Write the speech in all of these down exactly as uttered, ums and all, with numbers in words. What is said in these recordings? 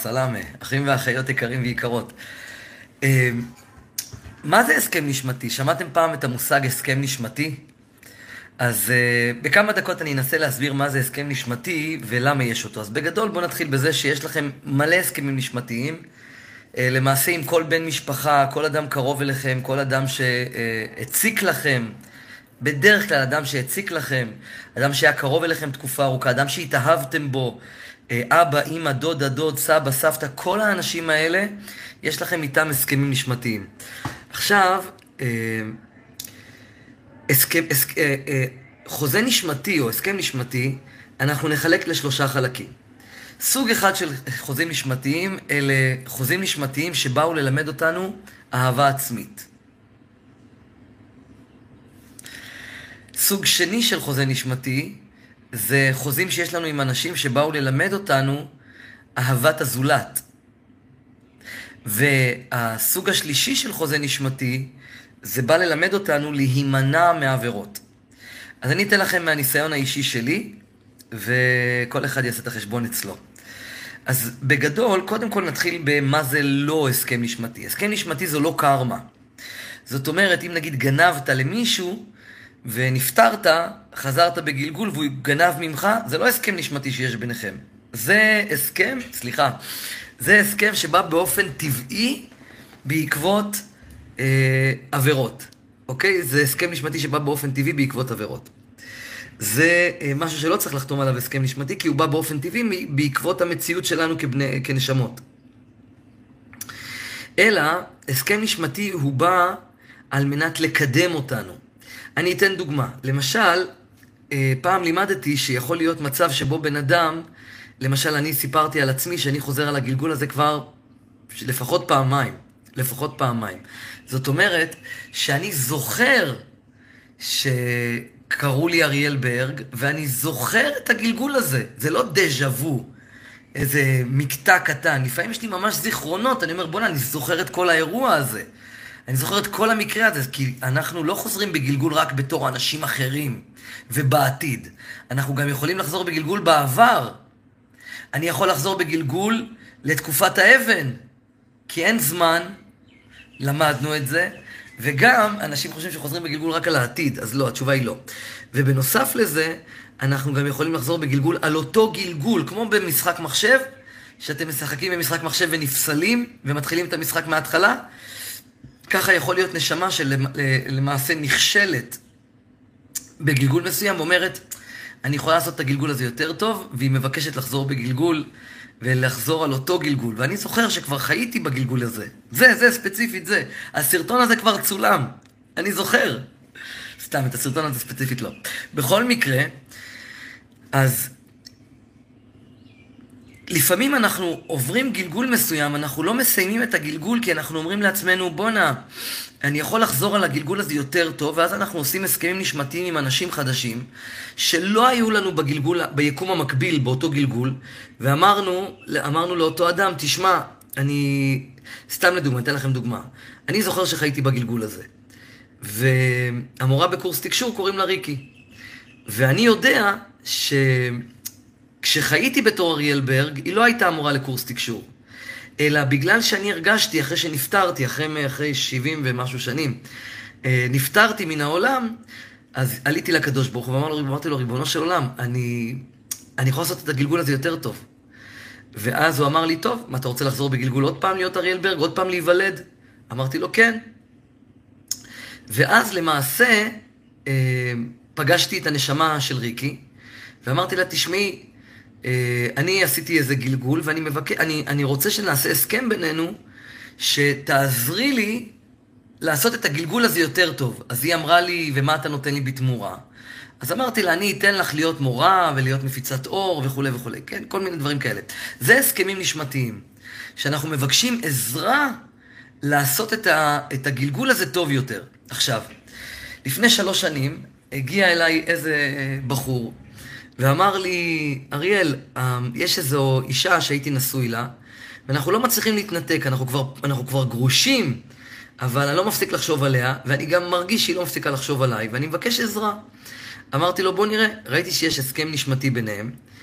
סלאמה, אחים ואחיות יקרים ויקרות. אה, מה זה הסכם נשמתי? שמעתם פעם את המושג הסכם נשמתי? אז uh, בכמה דקות אני אנסה להסביר מה זה הסכם נשמתי ולמה יש אותו. אז בגדול בואו נתחיל בזה שיש לכם מלא הסכמים נשמתיים. Uh, למעשה עם כל בן משפחה, כל אדם קרוב אליכם, כל אדם שהציק לכם, בדרך כלל אדם שהציק לכם, אדם שהיה קרוב אליכם תקופה ארוכה, אדם שהתאהבתם בו, uh, אבא, אמא, דוד, דוד, סבא, סבתא, כל האנשים האלה, יש לכם איתם הסכמים נשמתיים. עכשיו, uh, הסכם, הסכ... אה, אה, חוזה נשמתי או הסכם נשמתי, אנחנו נחלק לשלושה חלקים. סוג אחד של חוזים נשמתיים, אלה חוזים נשמתיים שבאו ללמד אותנו אהבה עצמית. סוג שני של חוזה נשמתי, זה חוזים שיש לנו עם אנשים שבאו ללמד אותנו אהבת הזולת. והסוג השלישי של חוזה נשמתי, זה בא ללמד אותנו להימנע מעבירות. אז אני אתן לכם מהניסיון האישי שלי, וכל אחד יעשה את החשבון אצלו. אז בגדול, קודם כל נתחיל במה זה לא הסכם נשמתי. הסכם נשמתי זו לא קרמה. זאת אומרת, אם נגיד גנבת למישהו, ונפטרת, חזרת בגלגול והוא גנב ממך, זה לא הסכם נשמתי שיש ביניכם. זה הסכם, סליחה, זה הסכם שבא באופן טבעי בעקבות אה, עבירות. אוקיי? זה הסכם נשמתי שבא באופן טבעי בעקבות עבירות. זה אה, משהו שלא צריך לחתום עליו הסכם נשמתי, כי הוא בא באופן טבעי בעקבות המציאות שלנו כבני, כנשמות. אלא, הסכם נשמתי הוא בא על מנת לקדם אותנו. אני אתן דוגמה. למשל, אה, פעם לימדתי שיכול להיות מצב שבו בן אדם, למשל אני סיפרתי על עצמי שאני חוזר על הגלגול הזה כבר לפחות פעמיים. לפחות פעמיים. זאת אומרת שאני זוכר שקראו לי אריאל ברג, ואני זוכר את הגלגול הזה. זה לא דז'ה וו, איזה מקטע קטן. לפעמים יש לי ממש זיכרונות, אני אומר, בוא'נה, אני זוכר את כל האירוע הזה. אני זוכר את כל המקרה הזה, כי אנחנו לא חוזרים בגלגול רק בתור אנשים אחרים ובעתיד. אנחנו גם יכולים לחזור בגלגול בעבר. אני יכול לחזור בגלגול לתקופת האבן, כי אין זמן, למדנו את זה, וגם אנשים חושבים שחוזרים בגלגול רק על העתיד, אז לא, התשובה היא לא. ובנוסף לזה, אנחנו גם יכולים לחזור בגלגול על אותו גלגול, כמו במשחק מחשב, שאתם משחקים במשחק מחשב ונפסלים, ומתחילים את המשחק מההתחלה, ככה יכול להיות נשמה שלמעשה נכשלת בגלגול מסוים, ואומרת, אני יכולה לעשות את הגלגול הזה יותר טוב, והיא מבקשת לחזור בגלגול, ולחזור על אותו גלגול. ואני זוכר שכבר חייתי בגלגול הזה. זה, זה, ספציפית זה. הסרטון הזה כבר צולם. אני זוכר. סתם, את הסרטון הזה ספציפית לא. בכל מקרה, אז לפעמים אנחנו עוברים גלגול מסוים, אנחנו לא מסיימים את הגלגול, כי אנחנו אומרים לעצמנו, בונה, אני יכול לחזור על הגלגול הזה יותר טוב, ואז אנחנו עושים הסכמים נשמתיים עם אנשים חדשים, שלא היו לנו בגלגול, ביקום המקביל, באותו גלגול, ואמרנו, אמרנו לאותו אדם, תשמע, אני, סתם לדוגמה, אתן לכם דוגמה, אני זוכר שחייתי בגלגול הזה, והמורה בקורס תקשור קוראים לה ריקי, ואני יודע ש... כשחייתי בתור אריאל ברג, היא לא הייתה אמורה לקורס תקשור. אלא בגלל שאני הרגשתי, אחרי שנפטרתי, אחרי, אחרי שבעים ומשהו שנים, נפטרתי מן העולם, אז עליתי לקדוש ברוך הוא, ואמרתי לו, ריבונו של עולם, אני, אני יכול לעשות את הגלגול הזה יותר טוב. ואז הוא אמר לי, טוב, מה אתה רוצה לחזור בגלגול עוד פעם להיות אריאל ברג, עוד פעם להיוולד? אמרתי לו, כן. ואז למעשה, פגשתי את הנשמה של ריקי, ואמרתי לה, תשמעי, אני עשיתי איזה גלגול, ואני מבקש, אני, אני רוצה שנעשה הסכם בינינו, שתעזרי לי לעשות את הגלגול הזה יותר טוב. אז היא אמרה לי, ומה אתה נותן לי בתמורה? אז אמרתי לה, אני אתן לך להיות מורה, ולהיות מפיצת אור, וכו' וכו'. כן, כל מיני דברים כאלה. זה הסכמים נשמתיים, שאנחנו מבקשים עזרה לעשות את, ה, את הגלגול הזה טוב יותר. עכשיו, לפני שלוש שנים, הגיע אליי איזה בחור, ואמר לי, אריאל, יש איזו אישה שהייתי נשוי לה, ואנחנו לא מצליחים להתנתק, אנחנו כבר, אנחנו כבר גרושים, אבל אני לא מפסיק לחשוב עליה, ואני גם מרגיש שהיא לא מפסיקה לחשוב עליי, ואני מבקש עזרה. אמרתי לו, בוא נראה, ראיתי שיש הסכם נשמתי ביניהם,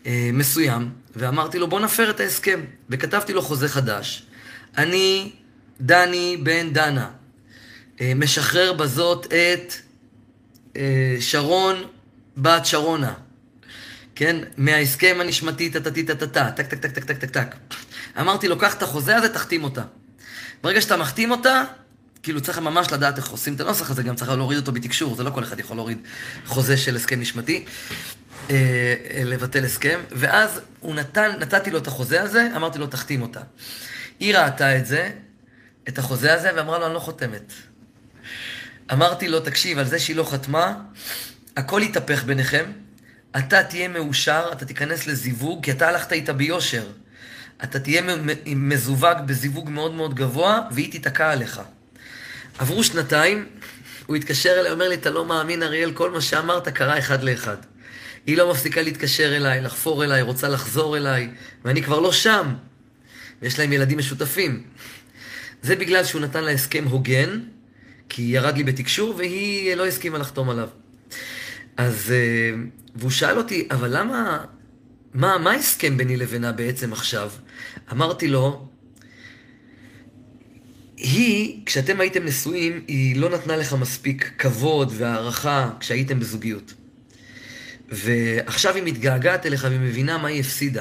אה, מסוים, ואמרתי לו, בוא נפר את ההסכם. וכתבתי לו חוזה חדש. אני, דני בן דנה, אה, משחרר בזאת את אה, שרון בת שרונה. כן? מההסכם הנשמתי, טטטטטטטה, טק, טק, טק, טק, טק, טק, טק. אמרתי לו, קח את החוזה הזה, תחתים אותה. ברגע שאתה מחתים אותה, כאילו צריך ממש לדעת איך עושים את הנוסח הזה, גם צריך להוריד אותו בתקשור, זה לא כל אחד יכול להוריד חוזה של הסכם נשמתי, אה, לבטל הסכם, ואז הוא נתן, נתתי לו את החוזה הזה, אמרתי לו, תחתים אותה. היא ראתה את זה, את החוזה הזה, ואמרה לו, אני לא חותמת. אמרתי לו, תקשיב, על זה שהיא לא חתמה, הכל יתהפך ביניכם, אתה תהיה מאושר, אתה תיכנס לזיווג, כי אתה הלכת איתה ביושר. אתה תהיה מזווג בזיווג מאוד מאוד גבוה, והיא תתקע עליך. עברו שנתיים, הוא התקשר אליי, אומר לי, אתה לא מאמין, אריאל, כל מה שאמרת קרה אחד לאחד. היא לא מפסיקה להתקשר אליי, לחפור אליי, רוצה לחזור אליי, ואני כבר לא שם. ויש להם ילדים משותפים. זה בגלל שהוא נתן לה הסכם הוגן, כי ירד לי בתקשור, והיא לא הסכימה לחתום עליו. אז, והוא שאל אותי, אבל למה, מה, מה ההסכם ביני לבינה בעצם עכשיו? אמרתי לו, היא, כשאתם הייתם נשואים, היא לא נתנה לך מספיק כבוד והערכה כשהייתם בזוגיות. ועכשיו היא מתגעגעת אליך והיא מבינה מה היא הפסידה.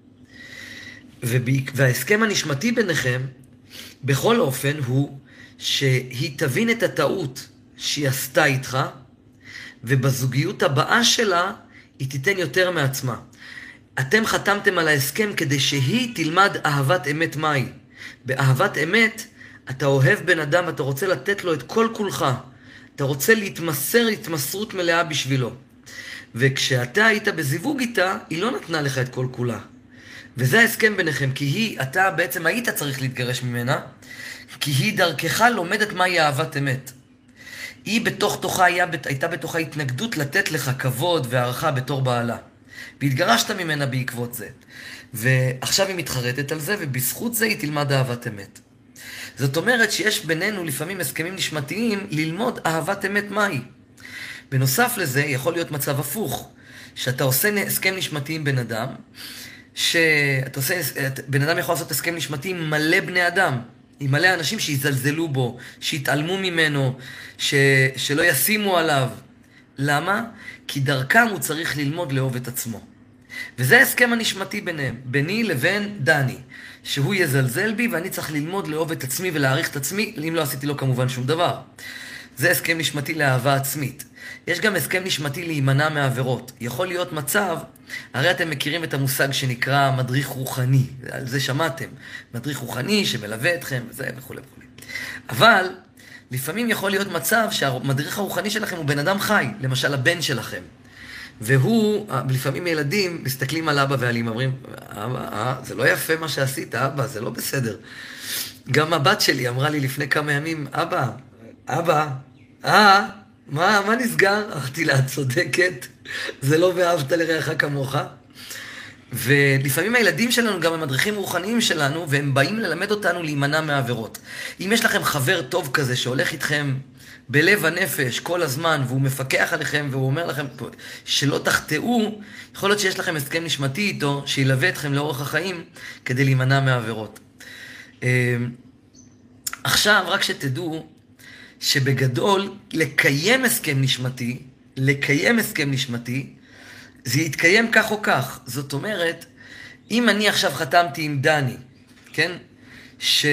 וההסכם הנשמתי ביניכם, בכל אופן, הוא שהיא תבין את הטעות שהיא עשתה איתך, ובזוגיות הבאה שלה היא תיתן יותר מעצמה. אתם חתמתם על ההסכם כדי שהיא תלמד אהבת אמת מהי. באהבת אמת אתה אוהב בן אדם, אתה רוצה לתת לו את כל כולך. אתה רוצה להתמסר התמסרות מלאה בשבילו. וכשאתה היית בזיווג איתה, היא לא נתנה לך את כל כולה. וזה ההסכם ביניכם, כי היא, אתה בעצם היית צריך להתגרש ממנה, כי היא דרכך לומדת מהי אהבת אמת. היא בתוך תוכה, הייתה בתוכה התנגדות לתת לך כבוד והערכה בתור בעלה. והתגרשת ממנה בעקבות זה. ועכשיו היא מתחרטת על זה, ובזכות זה היא תלמד אהבת אמת. זאת אומרת שיש בינינו לפעמים הסכמים נשמתיים ללמוד אהבת אמת מהי. בנוסף לזה יכול להיות מצב הפוך, שאתה עושה הסכם נשמתי עם בן אדם, שאתה עושה, בן אדם יכול לעשות הסכם נשמתי עם מלא בני אדם, עם מלא אנשים שיזלזלו בו, שיתעלמו ממנו, ש, שלא ישימו עליו. למה? כי דרכם הוא צריך ללמוד לאהוב את עצמו. וזה ההסכם הנשמתי ביניהם, ביני לבין דני, שהוא יזלזל בי ואני צריך ללמוד לאהוב את עצמי ולהעריך את עצמי, אם לא עשיתי לו כמובן שום דבר. זה הסכם נשמתי לאהבה עצמית. יש גם הסכם נשמתי להימנע מעבירות. יכול להיות מצב, הרי אתם מכירים את המושג שנקרא מדריך רוחני, על זה שמעתם, מדריך רוחני שמלווה אתכם, זה וכו' וכו'. אבל לפעמים יכול להיות מצב שהמדריך הרוחני שלכם הוא בן אדם חי, למשל הבן שלכם. והוא, לפעמים ילדים מסתכלים על אבא ועל אמא, אומרים, אבא, אה, זה לא יפה מה שעשית, אבא, זה לא בסדר. גם הבת שלי אמרה לי לפני כמה ימים, אבא, אבא, אה, מה, מה נסגר? אמרתי לה, צודקת, זה לא ואהבת לרעך כמוך. ולפעמים הילדים שלנו גם הם מדריכים רוחניים שלנו, והם באים ללמד אותנו להימנע מעבירות. אם יש לכם חבר טוב כזה שהולך איתכם בלב הנפש כל הזמן, והוא מפקח עליכם והוא אומר לכם שלא תחטאו, יכול להיות שיש לכם הסכם נשמתי איתו, שילווה אתכם לאורך החיים כדי להימנע מעבירות. עכשיו, רק שתדעו שבגדול, לקיים הסכם נשמתי, לקיים הסכם נשמתי, זה יתקיים כך או כך. זאת אומרת, אם אני עכשיו חתמתי עם דני, כן? ש...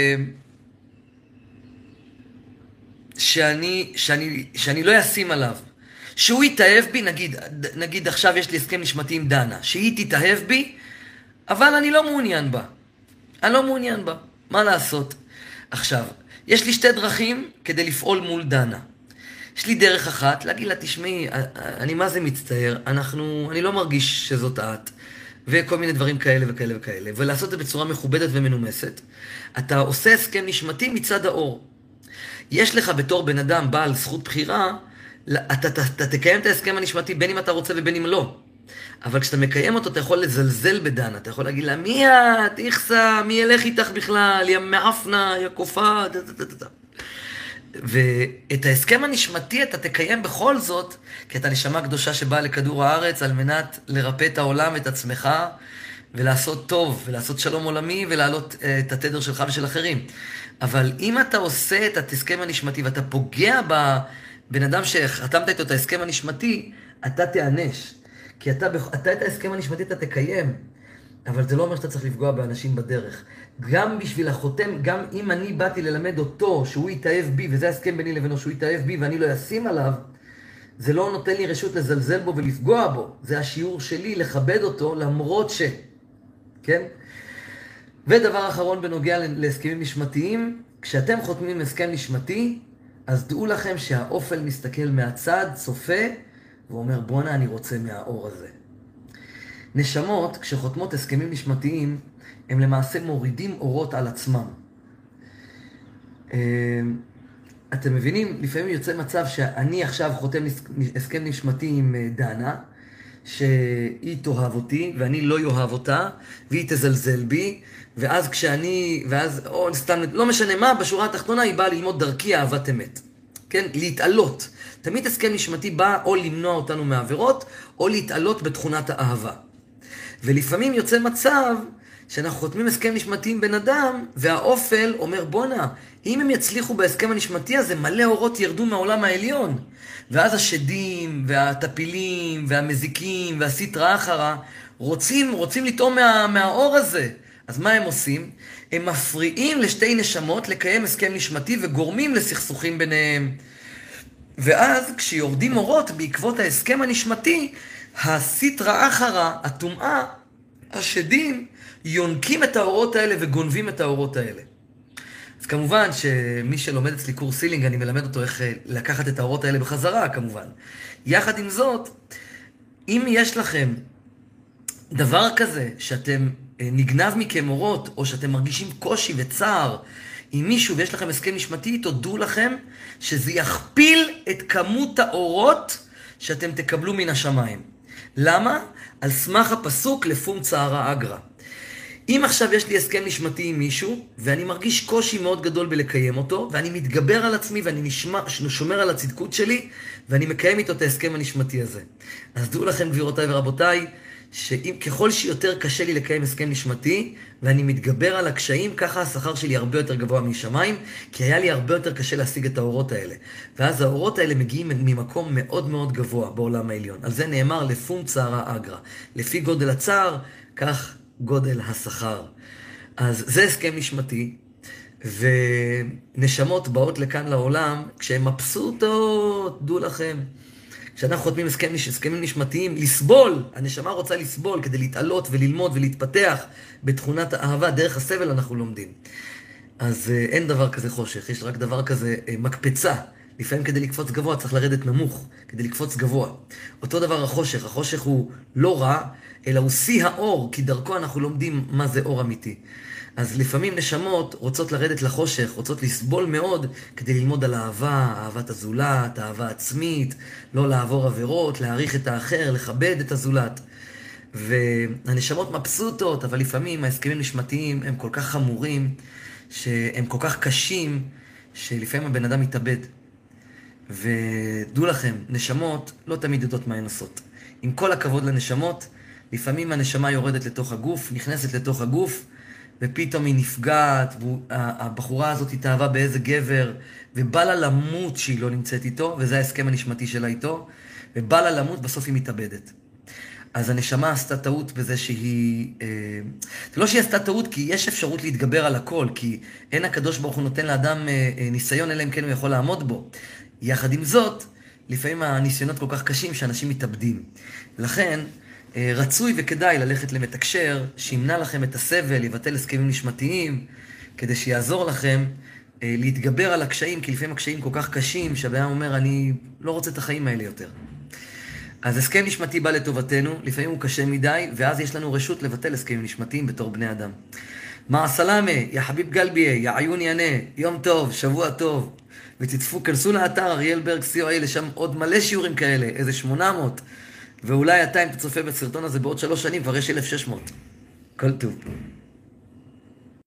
שאני, שאני, שאני לא אשים עליו, שהוא יתאהב בי, נגיד, נגיד עכשיו יש לי הסכם נשמתי עם דנה, שהיא תתאהב בי, אבל אני לא מעוניין בה. אני לא מעוניין בה. מה לעשות? עכשיו, יש לי שתי דרכים כדי לפעול מול דנה. יש לי דרך אחת, להגיד לה, תשמעי, אני מה זה מצטער, אנחנו, אני לא מרגיש שזאת את, וכל מיני דברים כאלה וכאלה וכאלה, ולעשות את זה בצורה מכובדת ומנומסת. אתה עושה הסכם נשמתי מצד האור. יש לך בתור בן אדם בעל זכות בחירה, אתה, אתה, אתה תקיים את ההסכם הנשמתי בין אם אתה רוצה ובין אם לא. אבל כשאתה מקיים אותו, אתה יכול לזלזל בדנה, אתה יכול להגיד לה, מי את, איכסה, מי ילך איתך בכלל, יא מעפנה, יא קופה, דה, דה, דה, דה. ואת ההסכם הנשמתי אתה תקיים בכל זאת, כי אתה נשמה קדושה שבאה לכדור הארץ על מנת לרפא את העולם ואת עצמך, ולעשות טוב, ולעשות שלום עולמי, ולהעלות uh, את התדר שלך ושל אחרים. אבל אם אתה עושה את ההסכם הנשמתי, ואתה פוגע בבן אדם שחתמת איתו את ההסכם הנשמתי, אתה תיענש. כי אתה, אתה את ההסכם הנשמתי אתה תקיים, אבל זה לא אומר שאתה צריך לפגוע באנשים בדרך. גם בשביל החותם, גם אם אני באתי ללמד אותו, שהוא יתאהב בי, וזה ההסכם ביני לבינו, שהוא יתאהב בי, ואני לא אשים עליו, זה לא נותן לי רשות לזלזל בו ולפגוע בו. זה השיעור שלי לכבד אותו, למרות ש... כן? ודבר אחרון בנוגע להסכמים נשמתיים, כשאתם חותמים הסכם נשמתי, אז דעו לכם שהאופל מסתכל מהצד, צופה, ואומר, בואנה, אני רוצה מהאור הזה. נשמות, כשחותמות הסכמים נשמתיים, הם למעשה מורידים אורות על עצמם. אתם מבינים, לפעמים יוצא מצב שאני עכשיו חותם הסכם נשמתי עם דנה, שהיא תאהב אותי, ואני לא יאהב אותה, והיא תזלזל בי, ואז כשאני, ואז, או סתם, לא משנה מה, בשורה התחתונה היא באה ללמוד דרכי אהבת אמת. כן? להתעלות. תמיד הסכם נשמתי בא או למנוע אותנו מעבירות, או להתעלות בתכונת האהבה. ולפעמים יוצא מצב שאנחנו חותמים הסכם נשמתי עם בן אדם, והאופל אומר, בונה, אם הם יצליחו בהסכם הנשמתי הזה, מלא אורות ירדו מהעולם העליון. ואז השדים, והטפילים, והמזיקים, והסטרא אחרא, רוצים, רוצים לטעום מה, מהאור הזה. אז מה הם עושים? הם מפריעים לשתי נשמות לקיים הסכם נשמתי, וגורמים לסכסוכים ביניהם. ואז כשיורדים אורות בעקבות ההסכם הנשמתי, הסטרא אחרא, הטומאה, השדים, יונקים את האורות האלה וגונבים את האורות האלה. אז כמובן שמי שלומד אצלי קורס סילינג, אני מלמד אותו איך לקחת את האורות האלה בחזרה, כמובן. יחד עם זאת, אם יש לכם דבר כזה שאתם נגנב מכם אורות, או שאתם מרגישים קושי וצער עם מישהו ויש לכם הסכם נשמתי, תודו לכם שזה יכפיל את כמות האורות שאתם תקבלו מן השמיים. למה? על סמך הפסוק לפום צערה אגרא. אם עכשיו יש לי הסכם נשמתי עם מישהו, ואני מרגיש קושי מאוד גדול בלקיים אותו, ואני מתגבר על עצמי ואני נשמע, שומר על הצדקות שלי, ואני מקיים איתו את ההסכם הנשמתי הזה. אז דעו לכם גבירותיי ורבותיי, שככל שיותר קשה לי לקיים הסכם נשמתי, ואני מתגבר על הקשיים, ככה השכר שלי הרבה יותר גבוה משמיים, כי היה לי הרבה יותר קשה להשיג את האורות האלה. ואז האורות האלה מגיעים ממקום מאוד מאוד גבוה בעולם העליון. על זה נאמר לפום צערה אגרא. לפי גודל הצער, כך גודל השכר. אז זה הסכם נשמתי, ונשמות באות לכאן לעולם, כשהן מבסוטות, דעו לכם, כשאנחנו חותמים הסכם, הסכמים נשמתיים, לסבול, הנשמה רוצה לסבול כדי להתעלות וללמוד ולהתפתח בתכונת האהבה, דרך הסבל אנחנו לומדים. אז אין דבר כזה חושך, יש רק דבר כזה מקפצה. לפעמים כדי לקפוץ גבוה צריך לרדת נמוך, כדי לקפוץ גבוה. אותו דבר החושך, החושך הוא לא רע, אלא הוא שיא האור, כי דרכו אנחנו לומדים מה זה אור אמיתי. אז לפעמים נשמות רוצות לרדת לחושך, רוצות לסבול מאוד כדי ללמוד על אהבה, אהבת הזולת, אהבה עצמית, לא לעבור עבירות, להעריך את האחר, לכבד את הזולת. והנשמות מבסוטות, אבל לפעמים ההסכמים נשמתיים הם כל כך חמורים, שהם כל כך קשים, שלפעמים הבן אדם מתאבד. ודעו לכם, נשמות לא תמיד יודעות מה הן עושות. עם כל הכבוד לנשמות, לפעמים הנשמה יורדת לתוך הגוף, נכנסת לתוך הגוף, ופתאום היא נפגעת, והבחורה הזאת התאהבה באיזה גבר, ובא לה למות שהיא לא נמצאת איתו, וזה ההסכם הנשמתי שלה איתו, ובא לה למות, בסוף היא מתאבדת. אז הנשמה עשתה טעות בזה שהיא... זה לא שהיא עשתה טעות, כי יש אפשרות להתגבר על הכל, כי אין הקדוש ברוך הוא נותן לאדם ניסיון, אלא אם כן הוא יכול לעמוד בו. יחד עם זאת, לפעמים הניסיונות כל כך קשים שאנשים מתאבדים. לכן, רצוי וכדאי ללכת למתקשר, שימנע לכם את הסבל, יבטל הסכמים נשמתיים, כדי שיעזור לכם להתגבר על הקשיים, כי לפעמים הקשיים כל כך קשים, שהבן אומר, אני לא רוצה את החיים האלה יותר. אז הסכם נשמתי בא לטובתנו, לפעמים הוא קשה מדי, ואז יש לנו רשות לבטל הסכמים נשמתיים בתור בני אדם. מה הסלאמה, יא חביב גלביה, יא עיון יענה, יום טוב, שבוע טוב, ותצפו, כנסו לאתר אריאל ברג סי או איי, לשם עוד מלא שיעורים כאלה, איזה שמונה מאות, ואולי אתה אם אתה צופה בסרטון הזה בעוד שלוש שנים, כבר יש אלף ושש מאות. כל טוב.